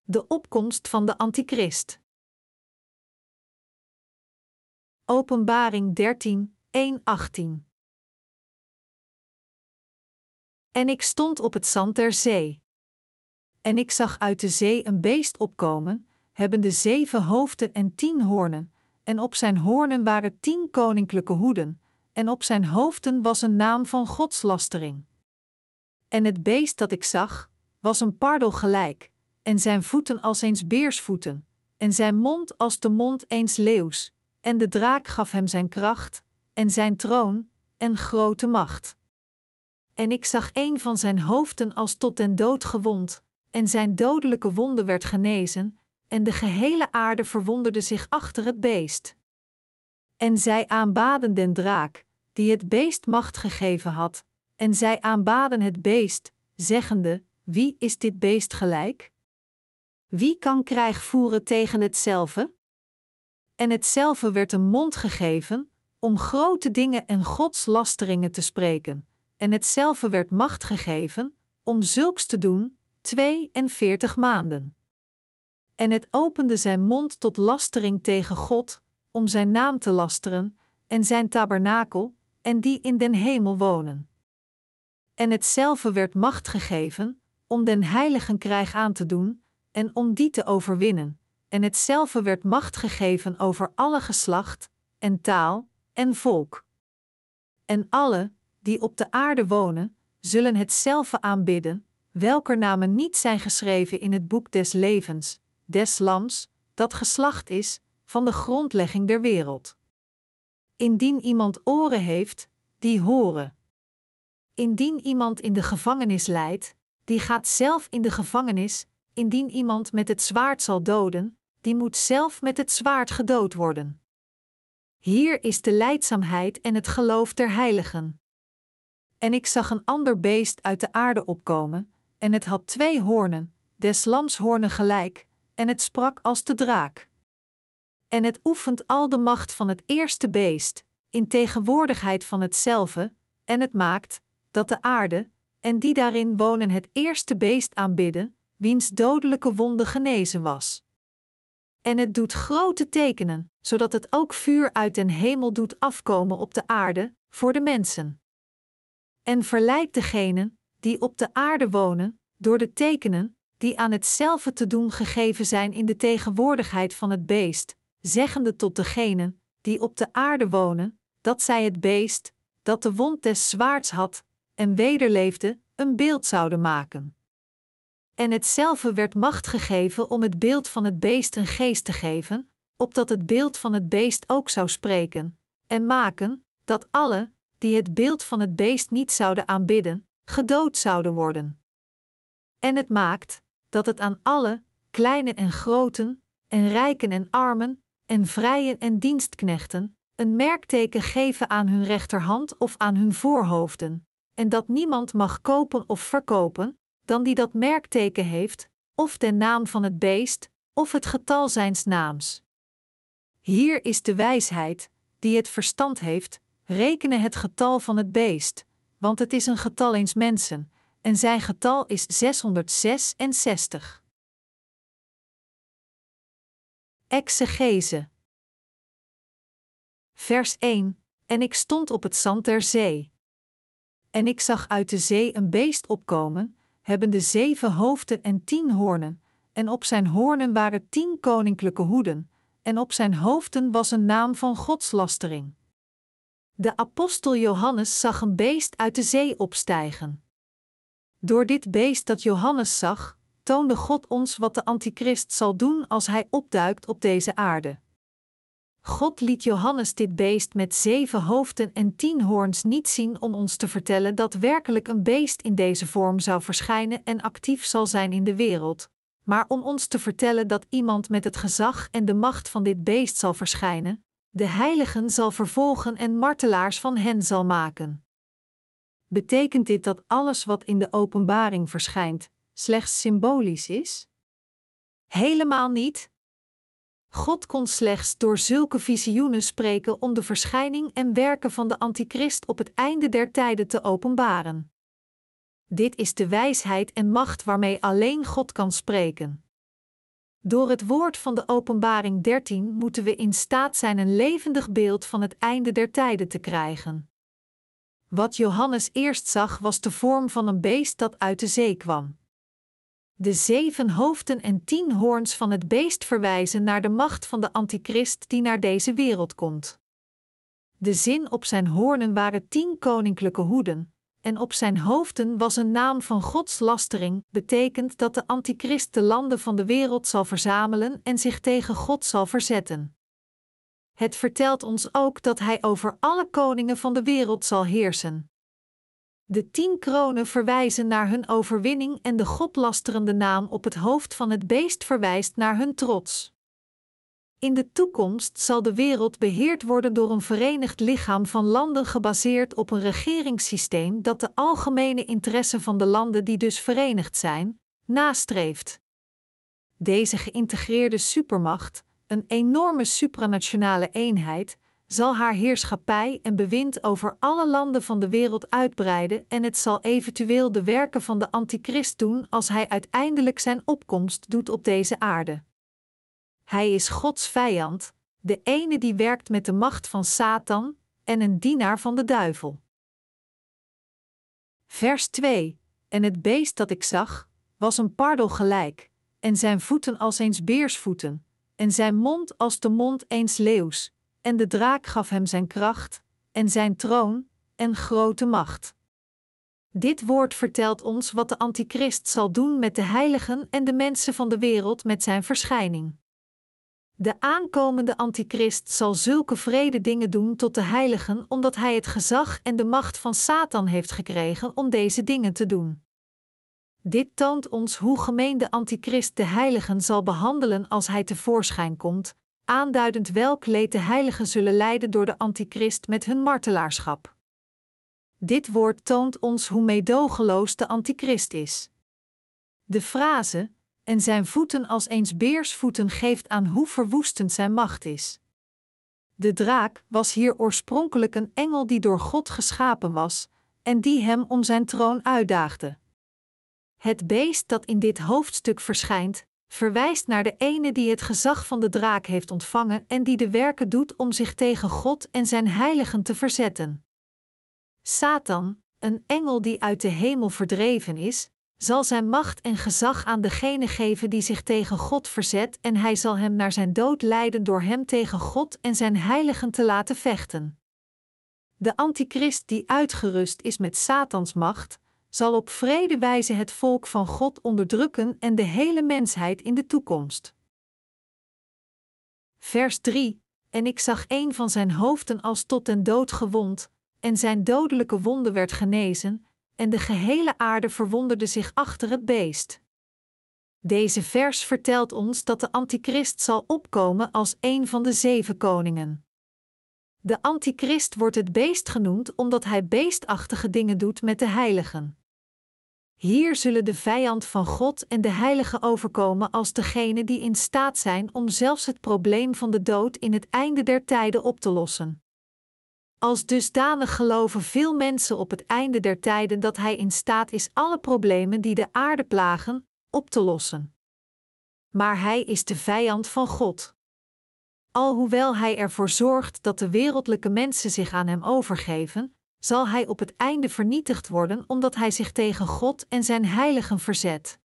De opkomst van de Antichrist. Openbaring 13, 1-18. En ik stond op het zand der zee. En ik zag uit de zee een beest opkomen, hebbende 7 hoofden en 10 hoornen, en op zijn hoornen waren 10 koninklijke hoeden, en op zijn hoofden was een naam van godslastering. En het beest dat ik zag, was een pardel gelijk, en zijn voeten als eens beersvoeten, en zijn mond als de mond eens leeuws, en de draak gaf hem zijn kracht, en zijn troon, en grote macht. En ik zag een van zijn hoofden als tot den dood gewond, en zijn dodelijke wonde werd genezen, en de gehele aarde verwonderde zich achter het beest. En zij aanbaden den draak, die het beest macht gegeven had, en zij aanbaden het beest, zeggende: wie is dit beest gelijk? Wie kan krijg voeren tegen hetzelve? En hetzelve werd een mond gegeven, om grote dingen en godslasteringen te spreken, en hetzelve werd macht gegeven, om zulks te doen, 42 maanden. En het opende zijn mond tot lastering tegen God, om zijn naam te lasteren, en zijn tabernakel, en die in den hemel wonen. En hetzelve werd macht gegeven, om den heiligen krijg aan te doen, en om die te overwinnen, en hetzelve werd macht gegeven over alle geslacht, en taal, en volk. En alle, die op de aarde wonen, zullen hetzelve aanbidden, welker namen niet zijn geschreven in het boek des levens, des Lams, dat geslacht is, van de grondlegging der wereld. Indien iemand oren heeft, die horen. Indien iemand in de gevangenis lijdt, die gaat zelf in de gevangenis. Indien iemand met het zwaard zal doden, die moet zelf met het zwaard gedood worden. Hier is de lijdzaamheid en het geloof der heiligen. En ik zag een ander beest uit de aarde opkomen, en het had 2 hoornen, des lams hoornen gelijk, en het sprak als de draak. En het oefent al de macht van het eerste beest, in tegenwoordigheid van hetzelve, en het maakt, dat de aarde, en die daarin wonen het eerste beest aanbidden, wiens dodelijke wonde genezen was. En het doet grote tekenen, zodat het ook vuur uit den hemel doet afkomen op de aarde, voor de mensen. En verleidt degenen, die op de aarde wonen, door de tekenen, die aan hetzelve te doen gegeven zijn in de tegenwoordigheid van het beest, zeggende tot degenen, die op de aarde wonen, dat zij het beest, dat de wond des zwaards had, en wederleefde, een beeld zouden maken. En hetzelve werd macht gegeven om het beeld van het beest een geest te geven, opdat het beeld van het beest ook zou spreken, en maken, dat alle, die het beeld van het beest niet zouden aanbidden, gedood zouden worden. En het maakt, dat het aan alle, kleine en groten, en rijken en armen, en vrijen en dienstknechten, een merkteken geven aan hun rechterhand of aan hun voorhoofden, en dat niemand mag kopen of verkopen, dan die dat merkteken heeft, of den naam van het beest, of het getal zijns naams. Hier is de wijsheid, die het verstand heeft, rekenen het getal van het beest, want het is een getal eens mensen, en zijn getal is 666. Exegese. Vers 1. En ik stond op het zand der zee. En ik zag uit de zee een beest opkomen, hebbende 7 hoofden en 10 hoornen, en op zijn hoornen waren 10 koninklijke hoeden, en op zijn hoofden was een naam van godslastering. De apostel Johannes zag een beest uit de zee opstijgen. Door dit beest dat Johannes zag, toonde God ons wat de Antichrist zal doen als hij opduikt op deze aarde. God liet Johannes dit beest met 7 hoofden en 10 hoorns niet zien om ons te vertellen dat werkelijk een beest in deze vorm zou verschijnen en actief zal zijn in de wereld, maar om ons te vertellen dat iemand met het gezag en de macht van dit beest zal verschijnen, de heiligen zal vervolgen en martelaars van hen zal maken. Betekent dit dat alles wat in de openbaring verschijnt, slechts symbolisch is? Helemaal niet. God kon slechts door zulke visioenen spreken om de verschijning en werken van de Antichrist op het einde der tijden te openbaren. Dit is de wijsheid en macht waarmee alleen God kan spreken. Door het woord van de Openbaring 13 moeten we in staat zijn een levendig beeld van het einde der tijden te krijgen. Wat Johannes eerst zag was de vorm van een beest dat uit de zee kwam. De 7 hoofden en 10 hoorns van het beest verwijzen naar de macht van de antichrist die naar deze wereld komt. De zin op zijn hoornen waren 10 koninklijke hoeden, en op zijn hoofden was een naam van godslastering, betekent dat de antichrist de landen van de wereld zal verzamelen en zich tegen God zal verzetten. Het vertelt ons ook dat hij over alle koningen van de wereld zal heersen. De 10 kronen verwijzen naar hun overwinning en de godlasterende naam op het hoofd van het beest verwijst naar hun trots. In de toekomst zal de wereld beheerd worden door een verenigd lichaam van landen gebaseerd op een regeringssysteem dat de algemene interesse van de landen die dus verenigd zijn, nastreeft. Deze geïntegreerde supermacht, een enorme supranationale eenheid, zal haar heerschappij en bewind over alle landen van de wereld uitbreiden en het zal eventueel de werken van de antichrist doen als hij uiteindelijk zijn opkomst doet op deze aarde. Hij is Gods vijand, de ene die werkt met de macht van Satan en een dienaar van de duivel. Vers 2. En het beest dat ik zag, was een pardel gelijk, en zijn voeten als eens beersvoeten, en zijn mond als de mond eens leeuws, en de draak gaf hem zijn kracht, en zijn troon, en grote macht. Dit woord vertelt ons wat de antichrist zal doen met de heiligen en de mensen van de wereld met zijn verschijning. De aankomende antichrist zal zulke wrede dingen doen tot de heiligen omdat hij het gezag en de macht van Satan heeft gekregen om deze dingen te doen. Dit toont ons hoe gemeen de antichrist de heiligen zal behandelen als hij tevoorschijn komt, aanduidend welk leed de heiligen zullen lijden door de antichrist met hun martelaarschap. Dit woord toont ons hoe meedogenloos de antichrist is. De frase, en zijn voeten als eens beersvoeten geeft aan hoe verwoestend zijn macht is. De draak was hier oorspronkelijk een engel die door God geschapen was, en die hem om zijn troon uitdaagde. Het beest dat in dit hoofdstuk verschijnt, verwijst naar de ene die het gezag van de draak heeft ontvangen en die de werken doet om zich tegen God en zijn heiligen te verzetten. Satan, een engel die uit de hemel verdreven is, zal zijn macht en gezag aan degene geven die zich tegen God verzet en hij zal hem naar zijn dood leiden door hem tegen God en zijn heiligen te laten vechten. De antichrist die uitgerust is met Satans macht, zal op wrede wijze het volk van God onderdrukken en de hele mensheid in de toekomst. Vers 3. En ik zag een van zijn hoofden als tot den dood gewond, en zijn dodelijke wonde werd genezen, en de gehele aarde verwonderde zich achter het beest. Deze vers vertelt ons dat de antichrist zal opkomen als een van de 7 koningen. De antichrist wordt het beest genoemd omdat hij beestachtige dingen doet met de heiligen. Hier zullen de vijand van God en de heiligen overkomen als degenen die in staat zijn om zelfs het probleem van de dood in het einde der tijden op te lossen. Als dusdanig geloven veel mensen op het einde der tijden dat hij in staat is alle problemen die de aarde plagen, op te lossen. Maar hij is de vijand van God. Alhoewel hij ervoor zorgt dat de wereldlijke mensen zich aan hem overgeven, zal hij op het einde vernietigd worden omdat hij zich tegen God en zijn heiligen verzet.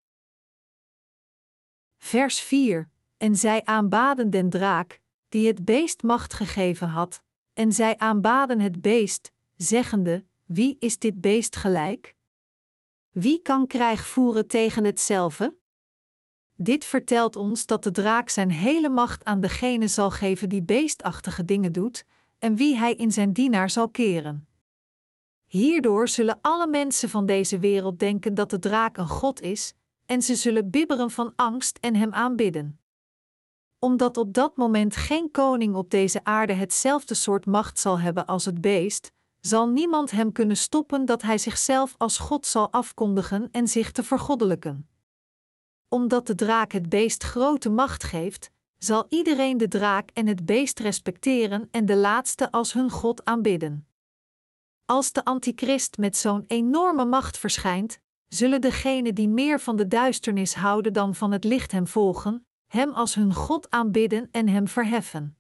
Vers 4. En zij aanbaden den draak, die het beest macht gegeven had, en zij aanbaden het beest, zeggende, wie is dit beest gelijk? Wie kan krijg voeren tegen hetzelfde? Dit vertelt ons dat de draak zijn hele macht aan degene zal geven die beestachtige dingen doet, en wie hij in zijn dienaar zal keren. Hierdoor zullen alle mensen van deze wereld denken dat de draak een god is, en ze zullen bibberen van angst en hem aanbidden. Omdat op dat moment geen koning op deze aarde hetzelfde soort macht zal hebben als het beest, zal niemand hem kunnen stoppen dat hij zichzelf als God zal afkondigen en zich te vergoddelijken. Omdat de draak het beest grote macht geeft, zal iedereen de draak en het beest respecteren en de laatste als hun God aanbidden. Als de antichrist met zo'n enorme macht verschijnt, zullen degenen die meer van de duisternis houden dan van het licht hem volgen, hem als hun God aanbidden en hem verheffen.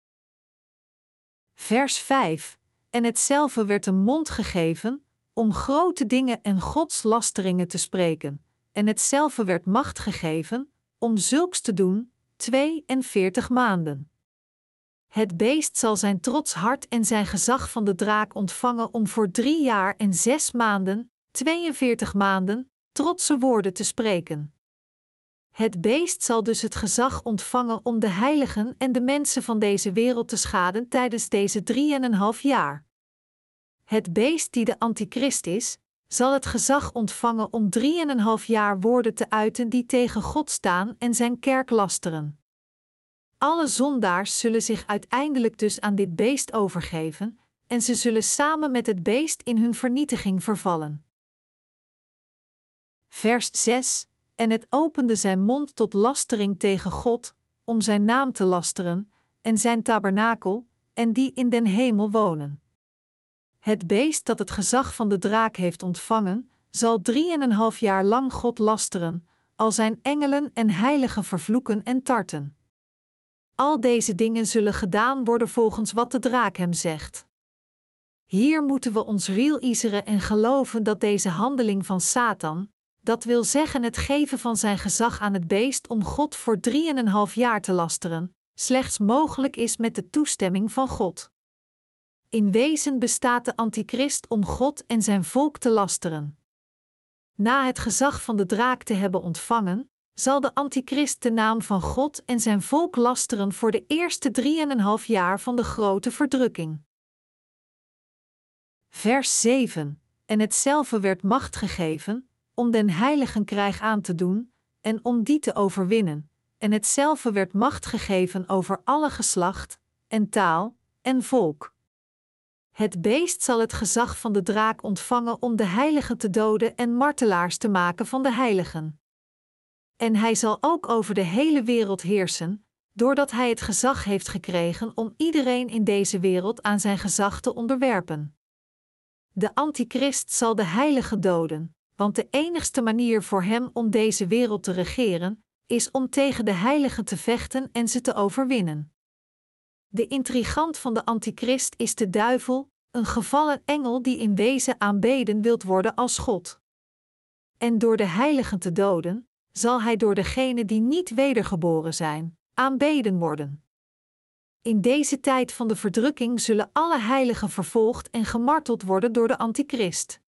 Vers 5. En hetzelfde werd een mond gegeven, om grote dingen en godslasteringen te spreken, en hetzelfde werd macht gegeven, om zulks te doen, 42 maanden. Het beest zal zijn trots hart en zijn gezag van de draak ontvangen om voor 3 jaar en 6 maanden, 42 maanden, trotse woorden te spreken. Het beest zal dus het gezag ontvangen om de heiligen en de mensen van deze wereld te schaden tijdens deze 3,5 jaar. Het beest die de antichrist is, zal het gezag ontvangen om 3,5 jaar woorden te uiten die tegen God staan en zijn kerk lasteren. Alle zondaars zullen zich uiteindelijk dus aan dit beest overgeven, en ze zullen samen met het beest in hun vernietiging vervallen. Vers 6. En het opende zijn mond tot lastering tegen God, om zijn naam te lasteren, en zijn tabernakel, en die in den hemel wonen. Het beest dat het gezag van de draak heeft ontvangen, zal 3,5 jaar lang God lasteren, al zijn engelen en heiligen vervloeken en tarten. Al deze dingen zullen gedaan worden volgens wat de draak hem zegt. Hier moeten we ons realiseren en geloven dat deze handeling van Satan, dat wil zeggen het geven van zijn gezag aan het beest om God voor 3,5 jaar te lasteren, slechts mogelijk is met de toestemming van God. In wezen bestaat de antichrist om God en zijn volk te lasteren. Na het gezag van de draak te hebben ontvangen, zal de antichrist de naam van God en zijn volk lasteren voor de eerste 3,5 jaar van de grote verdrukking. Vers 7. En hetzelfde werd macht gegeven, om den heiligen krijg aan te doen, en om die te overwinnen, en hetzelfde werd macht gegeven over alle geslacht, en taal, en volk. Het beest zal het gezag van de draak ontvangen om de heiligen te doden en martelaars te maken van de heiligen. En hij zal ook over de hele wereld heersen, doordat hij het gezag heeft gekregen om iedereen in deze wereld aan zijn gezag te onderwerpen. De antichrist zal de heiligen doden, want de enigste manier voor hem om deze wereld te regeren, is om tegen de heiligen te vechten en ze te overwinnen. De intrigant van de antichrist is de duivel, een gevallen engel die in wezen aanbeden wilt worden als God. En door de heiligen te doden, zal hij door degenen die niet wedergeboren zijn, aanbeden worden. In deze tijd van de verdrukking zullen alle heiligen vervolgd en gemarteld worden door de antichrist.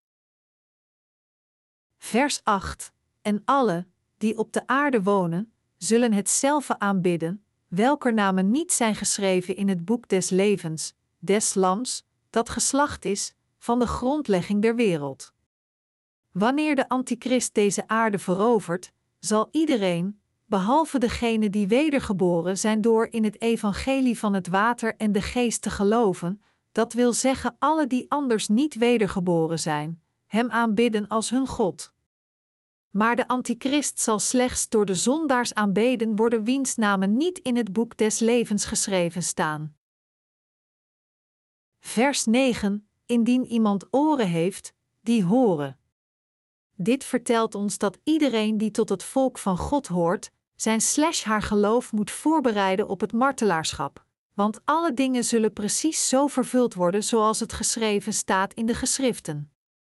Vers 8. En alle, die op de aarde wonen, zullen hetzelfde aanbidden, welker namen niet zijn geschreven in het boek des levens, des Lams, dat geslacht is, van de grondlegging der wereld. Wanneer de antichrist deze aarde verovert, zal iedereen, behalve degenen die wedergeboren zijn door in het evangelie van het water en de geest te geloven, dat wil zeggen alle die anders niet wedergeboren zijn, hem aanbidden als hun God. Maar de antichrist zal slechts door de zondaars aanbeden worden wiens namen niet in het boek des levens geschreven staan. Vers 9. Indien iemand oren heeft, die horen. Dit vertelt ons dat iedereen die tot het volk van God hoort, zijn/haar geloof moet voorbereiden op het martelaarschap, want alle dingen zullen precies zo vervuld worden zoals het geschreven staat in de geschriften.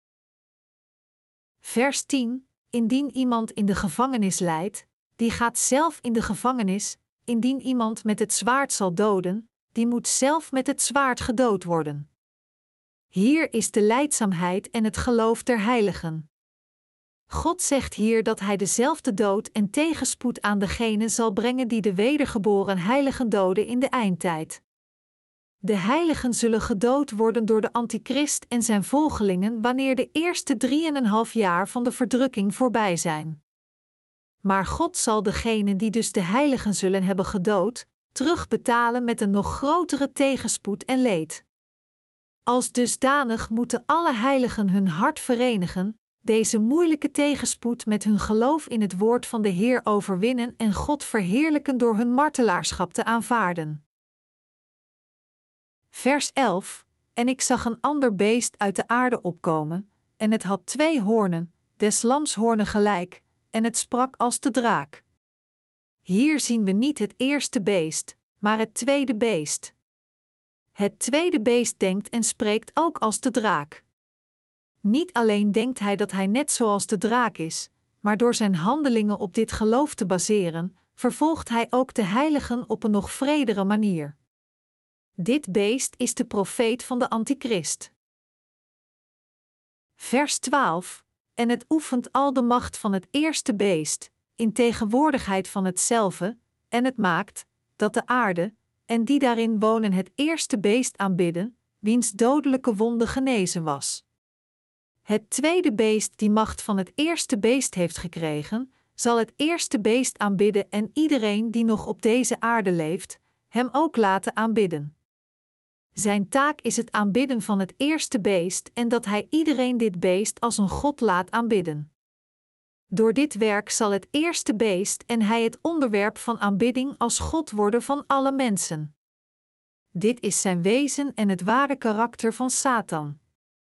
Vers 10. Indien iemand in de gevangenis lijdt, die gaat zelf in de gevangenis, indien iemand met het zwaard zal doden, die moet zelf met het zwaard gedood worden. Hier is de lijdzaamheid en het geloof der heiligen. God zegt hier dat hij dezelfde dood en tegenspoed aan degenen zal brengen die de wedergeboren heiligen doden in de eindtijd. De heiligen zullen gedood worden door de antichrist en zijn volgelingen wanneer de eerste 3,5 jaar van de verdrukking voorbij zijn. Maar God zal degenen die dus de heiligen zullen hebben gedood, terugbetalen met een nog grotere tegenspoed en leed. Als dusdanig moeten alle heiligen hun hart verenigen, deze moeilijke tegenspoed met hun geloof in het woord van de Heer overwinnen en God verheerlijken door hun martelaarschap te aanvaarden. Vers 11. En ik zag een ander beest uit de aarde opkomen, en het had 2 hoornen, des lams hoornen gelijk, en het sprak als de draak. Hier zien we niet het eerste beest, maar het tweede beest. Het tweede beest denkt en spreekt ook als de draak. Niet alleen denkt hij dat hij net zoals de draak is, maar door zijn handelingen op dit geloof te baseren, vervolgt hij ook de heiligen op een nog wredere manier. Dit beest is de profeet van de Antichrist. Vers 12: En het oefent al de macht van het eerste beest, in tegenwoordigheid van hetzelfde, en het maakt, dat de aarde, en die daarin wonen het eerste beest aanbidden, wiens dodelijke wonde genezen was. Het tweede beest die macht van het eerste beest heeft gekregen, zal het eerste beest aanbidden en iedereen die nog op deze aarde leeft, hem ook laten aanbidden. Zijn taak is het aanbidden van het eerste beest en dat hij iedereen dit beest als een god laat aanbidden. Door dit werk zal het eerste beest en hij het onderwerp van aanbidding als God worden van alle mensen. Dit is zijn wezen en het ware karakter van Satan.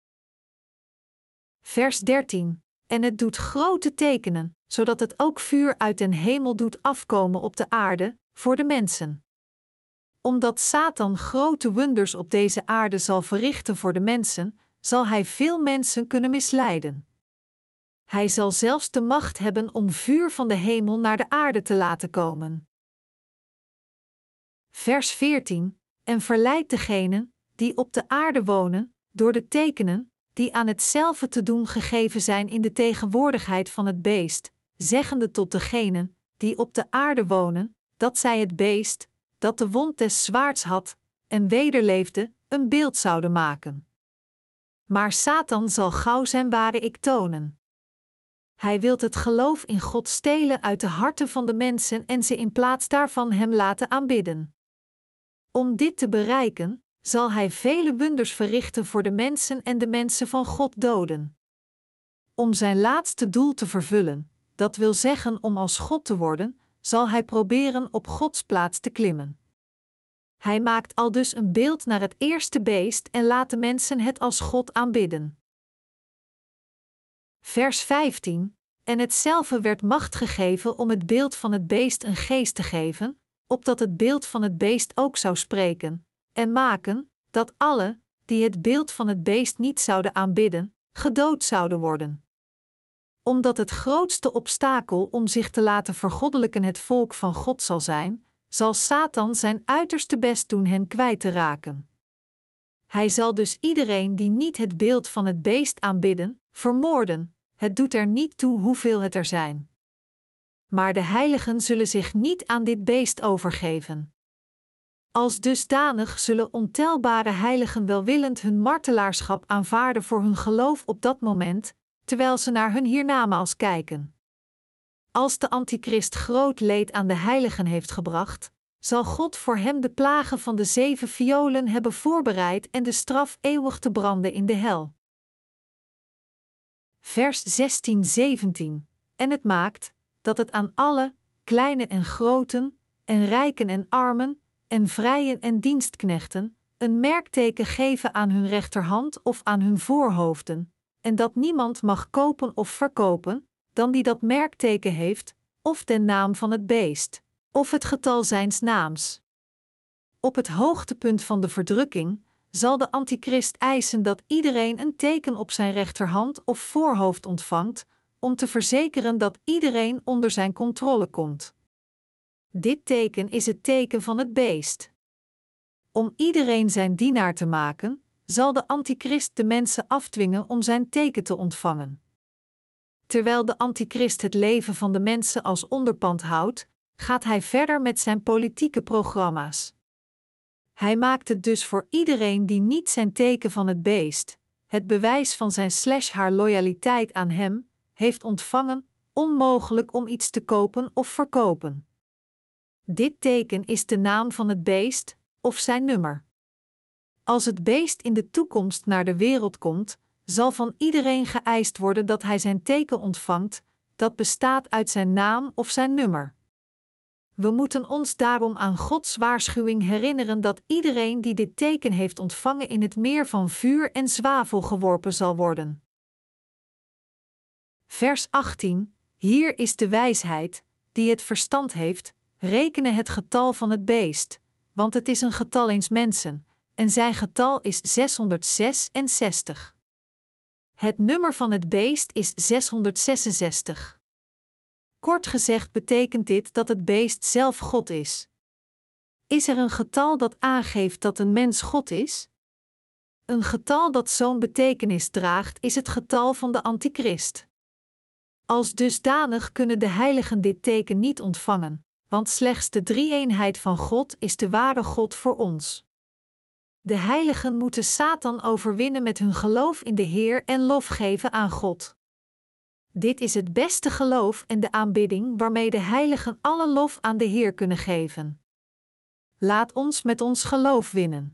Vers 13: En het doet grote tekenen, zodat het ook vuur uit den hemel doet afkomen op de aarde, voor de mensen. Omdat Satan grote wonders op deze aarde zal verrichten voor de mensen, zal hij veel mensen kunnen misleiden. Hij zal zelfs de macht hebben om vuur van de hemel naar de aarde te laten komen. Vers 14: En verleidt degenen, die op de aarde wonen, door de tekenen, die aan hetzelfde te doen gegeven zijn in de tegenwoordigheid van het beest, zeggende tot degenen, die op de aarde wonen, dat zij het beest, dat de wond des zwaards had, en wederleefde, een beeld zouden maken. Maar Satan zal gauw zijn ware ik tonen. Hij wilt het geloof in God stelen uit de harten van de mensen en ze in plaats daarvan hem laten aanbidden. Om dit te bereiken, zal hij vele wonders verrichten voor de mensen en de mensen van God doden. Om zijn laatste doel te vervullen, dat wil zeggen om als God te worden, zal hij proberen op Gods plaats te klimmen. Hij maakt aldus een beeld naar het eerste beest en laat de mensen het als God aanbidden. Vers 15: En hetzelfde werd macht gegeven om het beeld van het beest een geest te geven, opdat het beeld van het beest ook zou spreken, en maken, dat alle, die het beeld van het beest niet zouden aanbidden, gedood zouden worden. Omdat het grootste obstakel om zich te laten vergoddelijken het volk van God zal zijn, zal Satan zijn uiterste best doen hen kwijt te raken. Hij zal dus iedereen die niet het beeld van het beest aanbidden, vermoorden. Het doet er niet toe hoeveel het er zijn. Maar de heiligen zullen zich niet aan dit beest overgeven. Als dusdanig zullen ontelbare heiligen welwillend hun martelaarschap aanvaarden voor hun geloof op dat moment, terwijl ze naar hun hiernamaals kijken. Als de Antichrist groot leed aan de heiligen heeft gebracht, zal God voor hem de plagen van de 7 violen hebben voorbereid en de straf eeuwig te branden in de hel. Vers 16-17: En het maakt, dat het aan alle, kleine en groten, en rijken en armen, en vrijen en dienstknechten, een merkteken geven aan hun rechterhand of aan hun voorhoofden, en dat niemand mag kopen of verkopen, dan die dat merkteken heeft, of den naam van het beest, of het getal zijns naams. Op het hoogtepunt van de verdrukking zal de Antichrist eisen dat iedereen een teken op zijn rechterhand of voorhoofd ontvangt, om te verzekeren dat iedereen onder zijn controle komt. Dit teken is het teken van het beest. Om iedereen zijn dienaar te maken, zal de Antichrist de mensen afdwingen om zijn teken te ontvangen. Terwijl de Antichrist het leven van de mensen als onderpand houdt, gaat hij verder met zijn politieke programma's. Hij maakt het dus voor iedereen die niet zijn teken van het beest, het bewijs van zijn/haar loyaliteit aan hem, heeft ontvangen, onmogelijk om iets te kopen of verkopen. Dit teken is de naam van het beest, of zijn nummer. Als het beest in de toekomst naar de wereld komt, zal van iedereen geëist worden dat hij zijn teken ontvangt, dat bestaat uit zijn naam of zijn nummer. We moeten ons daarom aan Gods waarschuwing herinneren dat iedereen die dit teken heeft ontvangen in het meer van vuur en zwavel geworpen zal worden. Vers 18: Hier is de wijsheid, die het verstand heeft, rekenen het getal van het beest, want het is een getal eens mensen, en zijn getal is 666. Het nummer van het beest is 666. Kort gezegd betekent dit dat het beest zelf God is. Is er een getal dat aangeeft dat een mens God is? Een getal dat zo'n betekenis draagt is het getal van de Antichrist. Als dusdanig kunnen de heiligen dit teken niet ontvangen, want slechts de drie-eenheid van God is de ware God voor ons. De heiligen moeten Satan overwinnen met hun geloof in de Heer en lof geven aan God. Dit is het beste geloof en de aanbidding waarmee de heiligen alle lof aan de Heer kunnen geven. Laat ons met ons geloof winnen.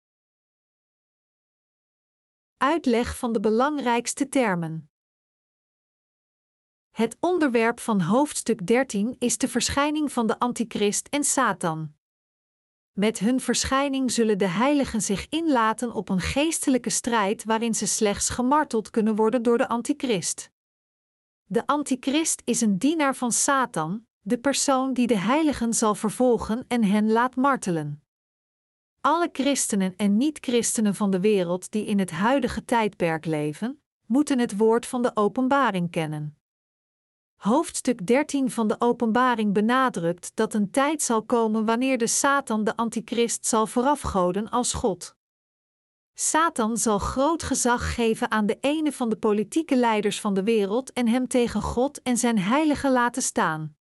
Uitleg van de belangrijkste termen. Het onderwerp van hoofdstuk 13 is de verschijning van de Antichrist en Satan. Met hun verschijning zullen de heiligen zich inlaten op een geestelijke strijd waarin ze slechts gemarteld kunnen worden door de Antichrist. De Antichrist is een dienaar van Satan, de persoon die de heiligen zal vervolgen en hen laat martelen. Alle christenen en niet-christenen van de wereld die in het huidige tijdperk leven, moeten het woord van de openbaring kennen. Hoofdstuk 13 van de Openbaring benadrukt dat een tijd zal komen wanneer de Satan de Antichrist zal voorafgoden als God. Satan zal groot gezag geven aan de ene van de politieke leiders van de wereld en hem tegen God en zijn heiligen laten staan.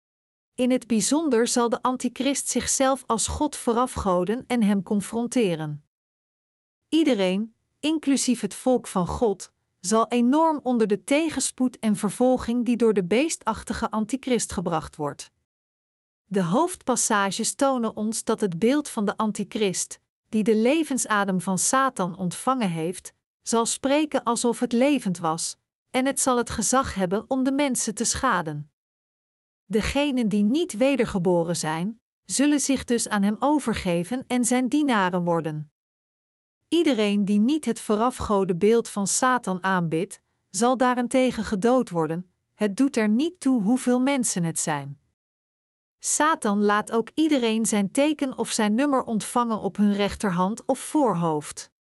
In het bijzonder zal de Antichrist zichzelf als God voorafgoden en hem confronteren. Iedereen, inclusief het volk van God, zal enorm onder de tegenspoed en vervolging die door de beestachtige Antichrist gebracht wordt. De hoofdpassages tonen ons dat het beeld van de Antichrist, die de levensadem van Satan ontvangen heeft, zal spreken alsof het levend was, en het zal het gezag hebben om de mensen te schaden. Degenen die niet wedergeboren zijn, zullen zich dus aan hem overgeven en zijn dienaren worden. Iedereen die niet het voorafgode beeld van Satan aanbidt, zal daarentegen gedood worden, het doet er niet toe hoeveel mensen het zijn. Satan laat ook iedereen zijn teken of zijn nummer ontvangen op hun rechterhand of voorhoofd.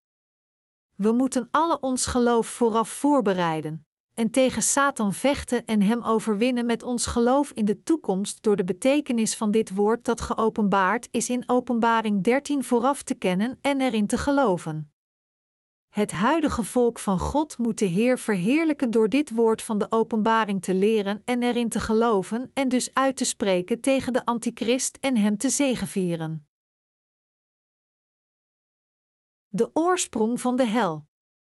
We moeten alle ons geloof vooraf voorbereiden, en tegen Satan vechten en hem overwinnen met ons geloof in de toekomst door de betekenis van dit woord dat geopenbaard is in Openbaring 13 vooraf te kennen en erin te geloven. Het huidige volk van God moet de Heer verheerlijken door dit woord van de openbaring te leren en erin te geloven en dus uit te spreken tegen de Antichrist en hem te zegevieren. De oorsprong van de hel.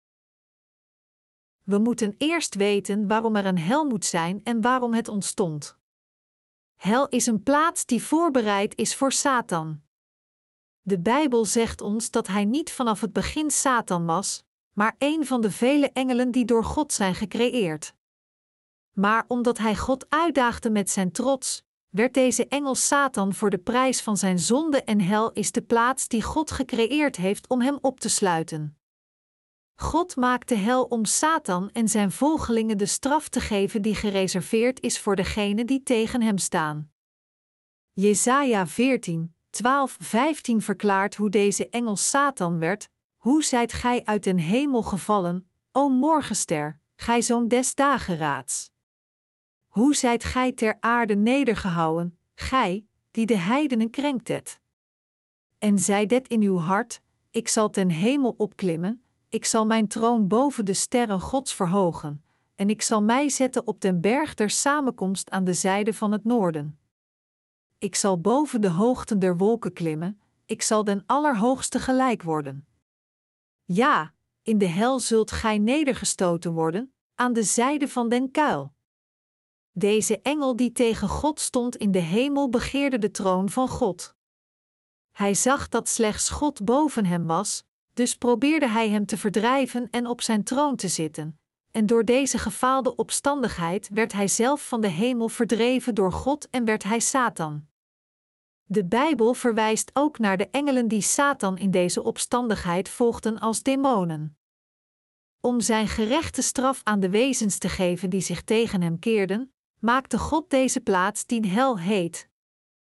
We moeten eerst weten waarom er een hel moet zijn en waarom het ontstond. Hel is een plaats die voorbereid is voor Satan. De Bijbel zegt ons dat hij niet vanaf het begin Satan was, maar een van de vele engelen die door God zijn gecreëerd. Maar omdat hij God uitdaagde met zijn trots, werd deze engel Satan voor de prijs van zijn zonde en hel is de plaats die God gecreëerd heeft om hem op te sluiten. God maakte hel om Satan en zijn volgelingen de straf te geven die gereserveerd is voor degenen die tegen hem staan. Jesaja 14, 12, 15 verklaart hoe deze engel Satan werd: hoe zijt gij uit den hemel gevallen, o morgenster, gij zoon des dageraads? Hoe zijt gij ter aarde nedergehouwen, gij, die de heidenen krenktet? En zeidet in uw hart: ik zal ten hemel opklimmen, ik zal mijn troon boven de sterren Gods verhogen, en ik zal mij zetten op den berg der samenkomst aan de zijde van het noorden. Ik zal boven de hoogten der wolken klimmen, ik zal den Allerhoogste gelijk worden. Ja, in de hel zult gij nedergestoten worden, aan de zijde van den kuil. Deze engel die tegen God stond in de hemel begeerde de troon van God. Hij zag dat slechts God boven hem was, dus probeerde hij hem te verdrijven en op zijn troon te zitten, en door deze gefaalde opstandigheid werd hij zelf van de hemel verdreven door God en werd hij Satan. De Bijbel verwijst ook naar de engelen die Satan in deze opstandigheid volgden als demonen. Om zijn gerechte straf aan de wezens te geven die zich tegen hem keerden, maakte God deze plaats die hel heet.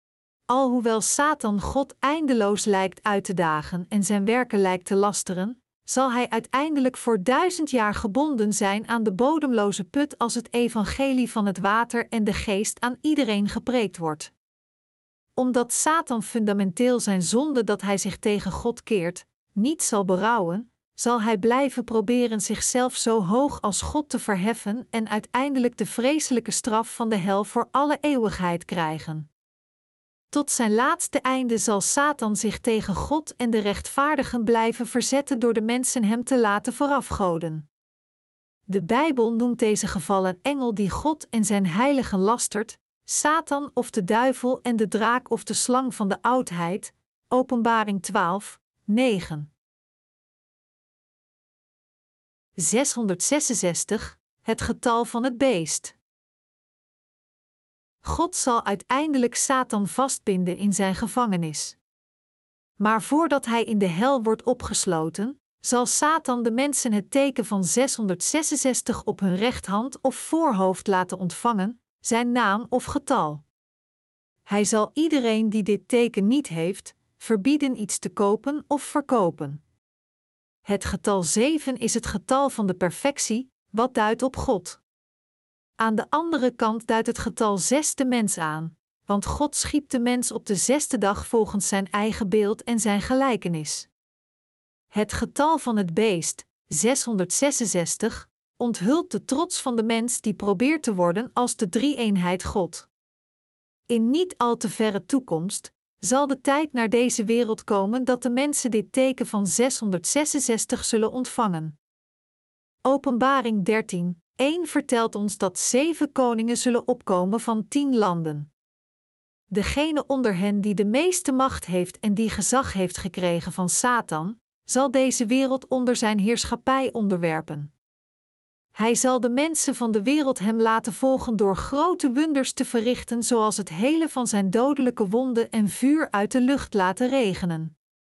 Alhoewel Satan God eindeloos lijkt uit te dagen en zijn werken lijkt te lasteren, zal hij uiteindelijk voor 1000 jaar gebonden zijn aan de bodemloze put als het evangelie van het water en de geest aan iedereen gepreekt wordt. Omdat Satan fundamenteel zijn zonde dat hij zich tegen God keert, niet zal berouwen, zal hij blijven proberen zichzelf zo hoog als God te verheffen en uiteindelijk de vreselijke straf van de hel voor alle eeuwigheid krijgen. Tot zijn laatste einde zal Satan zich tegen God en de rechtvaardigen blijven verzetten door de mensen hem te laten voorafgoden. De Bijbel noemt deze gevallen engel die God en zijn heiligen lastert, Satan of de duivel en de draak of de slang van de oudheid, Openbaring 12, 9. 666, het getal van het beest. God zal uiteindelijk Satan vastbinden in zijn gevangenis. Maar voordat hij in de hel wordt opgesloten, zal Satan de mensen het teken van 666 op hun rechthand of voorhoofd laten ontvangen, zijn naam of getal. Hij zal iedereen die dit teken niet heeft, verbieden iets te kopen of verkopen. Het getal 7 is het getal van de perfectie, wat duidt op God. Aan de andere kant duidt het getal 6 de mens aan, want God schiep de mens op de 6e dag volgens zijn eigen beeld en zijn gelijkenis. Het getal van het beest, 666, onthult de trots van de mens die probeert te worden als de drie-eenheid God. In niet al te verre toekomst zal de tijd naar deze wereld komen dat de mensen dit teken van 666 zullen ontvangen. Openbaring 13, 1 vertelt ons dat 7 koningen zullen opkomen van 10 landen. Degene onder hen die de meeste macht heeft en die gezag heeft gekregen van Satan, zal deze wereld onder zijn heerschappij onderwerpen. Hij zal de mensen van de wereld hem laten volgen door grote wonders te verrichten, zoals het helen van zijn dodelijke wonden en vuur uit de lucht laten regenen.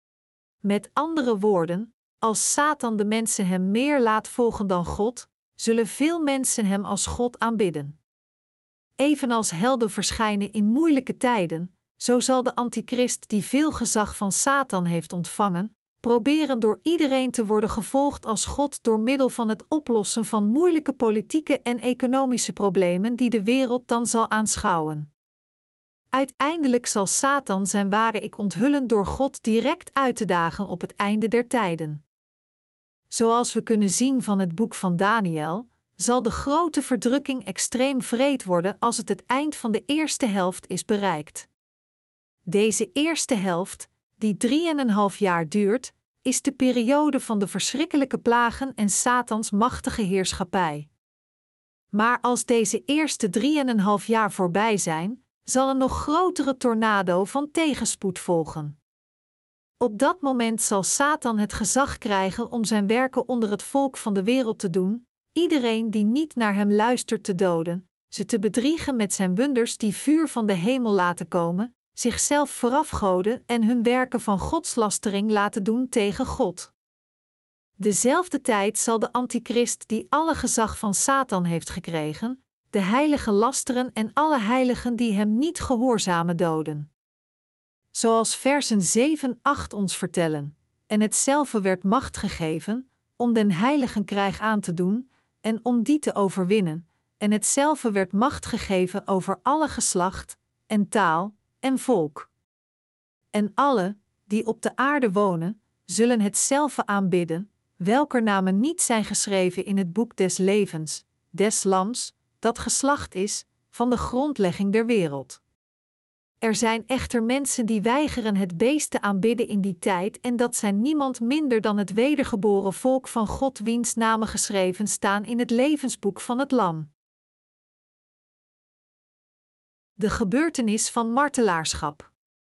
Met andere woorden, als Satan de mensen hem meer laat volgen dan God, zullen veel mensen hem als God aanbidden. Evenals helden verschijnen in moeilijke tijden, zo zal de antichrist die veel gezag van Satan heeft ontvangen, proberen door iedereen te worden gevolgd als God door middel van het oplossen van moeilijke politieke en economische problemen die de wereld dan zal aanschouwen. Uiteindelijk zal Satan zijn ware ik onthullen door God direct uit te dagen op het einde der tijden. Zoals we kunnen zien van het boek van Daniël, zal de grote verdrukking extreem wreed worden als het eind van de eerste helft is bereikt. Deze eerste helft, die 3,5 jaar duurt, is de periode van de verschrikkelijke plagen en Satans machtige heerschappij. Maar als deze eerste 3,5 jaar voorbij zijn, zal een nog grotere tornado van tegenspoed volgen. Op dat moment zal Satan het gezag krijgen om zijn werken onder het volk van de wereld te doen, iedereen die niet naar hem luistert te doden, ze te bedriegen met zijn wonders die vuur van de hemel laten komen, zichzelf voorafgoden en hun werken van godslastering laten doen tegen God. Dezelfde tijd zal de antichrist die alle gezag van Satan heeft gekregen, de heiligen lasteren en alle heiligen die hem niet gehoorzamen doden. Zoals versen 7-8 ons vertellen, en hetzelfde werd macht gegeven, om den heiligen krijg aan te doen, en om die te overwinnen, en hetzelfde werd macht gegeven over alle geslacht, en taal, en volk. En alle, die op de aarde wonen, zullen hetzelfde aanbidden, welker namen niet zijn geschreven in het boek des levens, des lams, dat geslacht is, van de grondlegging der wereld. Er zijn echter mensen die weigeren het beest te aanbidden in die tijd, en dat zijn niemand minder dan het wedergeboren volk van God, wiens namen geschreven staan in het levensboek van het Lam. De gebeurtenis van martelaarschap.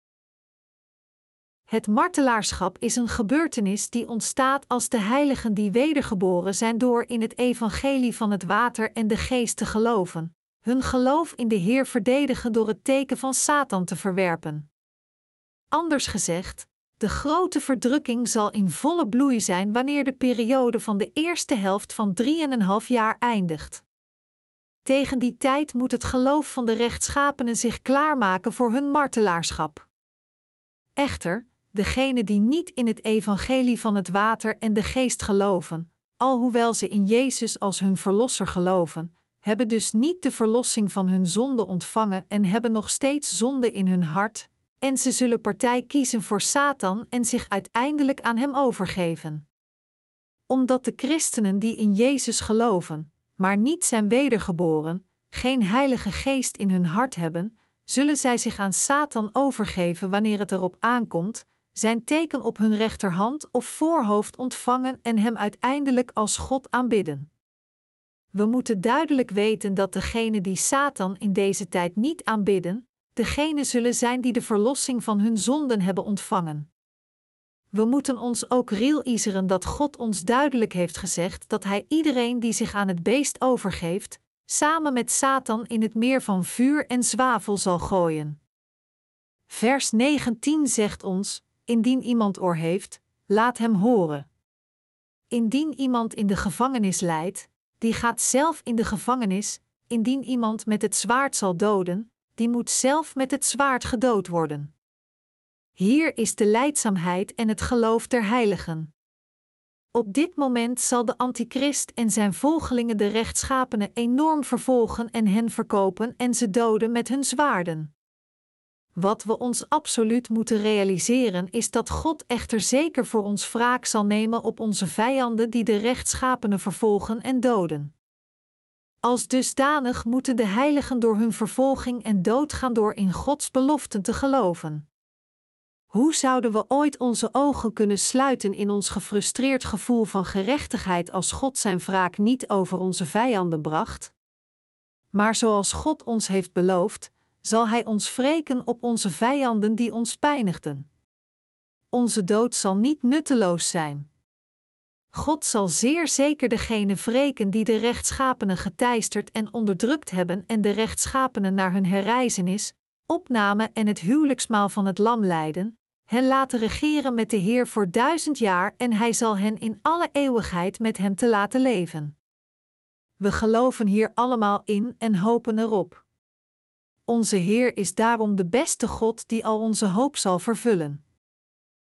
Het martelaarschap is een gebeurtenis die ontstaat als de heiligen die wedergeboren zijn door in het evangelie van het water en de geest te geloven, hun geloof in de Heer verdedigen door het teken van Satan te verwerpen. Anders gezegd, de grote verdrukking zal in volle bloei zijn wanneer de periode van de eerste helft van 3,5 jaar eindigt. Tegen die tijd moet het geloof van de rechtschapenen zich klaarmaken voor hun martelaarschap. Echter, degenen die niet in het evangelie van het water en de geest geloven, alhoewel ze in Jezus als hun verlosser geloven, hebben dus niet de verlossing van hun zonde ontvangen en hebben nog steeds zonde in hun hart, en ze zullen partij kiezen voor Satan en zich uiteindelijk aan hem overgeven. Omdat de christenen die in Jezus geloven, maar niet zijn wedergeboren, geen Heilige Geest in hun hart hebben, zullen zij zich aan Satan overgeven wanneer het erop aankomt, zijn teken op hun rechterhand of voorhoofd ontvangen en hem uiteindelijk als God aanbidden. We moeten duidelijk weten dat degenen die Satan in deze tijd niet aanbidden, degenen zullen zijn die de verlossing van hun zonden hebben ontvangen. We moeten ons ook realiseren dat God ons duidelijk heeft gezegd dat Hij iedereen die zich aan het beest overgeeft, samen met Satan in het meer van vuur en zwavel zal gooien. Vers 19 zegt ons: indien iemand oor heeft, laat hem horen. Indien iemand in de gevangenis lijdt, die gaat zelf in de gevangenis. Indien iemand met het zwaard zal doden, die moet zelf met het zwaard gedood worden. Hier is de lijdzaamheid en het geloof der heiligen. Op dit moment zal de antichrist en zijn volgelingen de rechtschapenen enorm vervolgen en hen verkopen en ze doden met hun zwaarden. Wat we ons absoluut moeten realiseren is dat God echter zeker voor ons wraak zal nemen op onze vijanden die de rechtschapenen vervolgen en doden. Als dusdanig moeten de heiligen door hun vervolging en dood gaan door in Gods beloften te geloven. Hoe zouden we ooit onze ogen kunnen sluiten in ons gefrustreerd gevoel van gerechtigheid als God zijn wraak niet over onze vijanden bracht? Maar zoals God ons heeft beloofd, zal Hij ons wreken op onze vijanden die ons pijnigden. Onze dood zal niet nutteloos zijn. God zal zeer zeker degenen wreken die de rechtschapenen geteisterd en onderdrukt hebben en de rechtschapenen naar hun herrijzenis, opname en het huwelijksmaal van het lam leiden, hen laten regeren met de Heer voor 1000 jaar en Hij zal hen in alle eeuwigheid met hem te laten leven. We geloven hier allemaal in en hopen erop. Onze Heer is daarom de beste God die al onze hoop zal vervullen.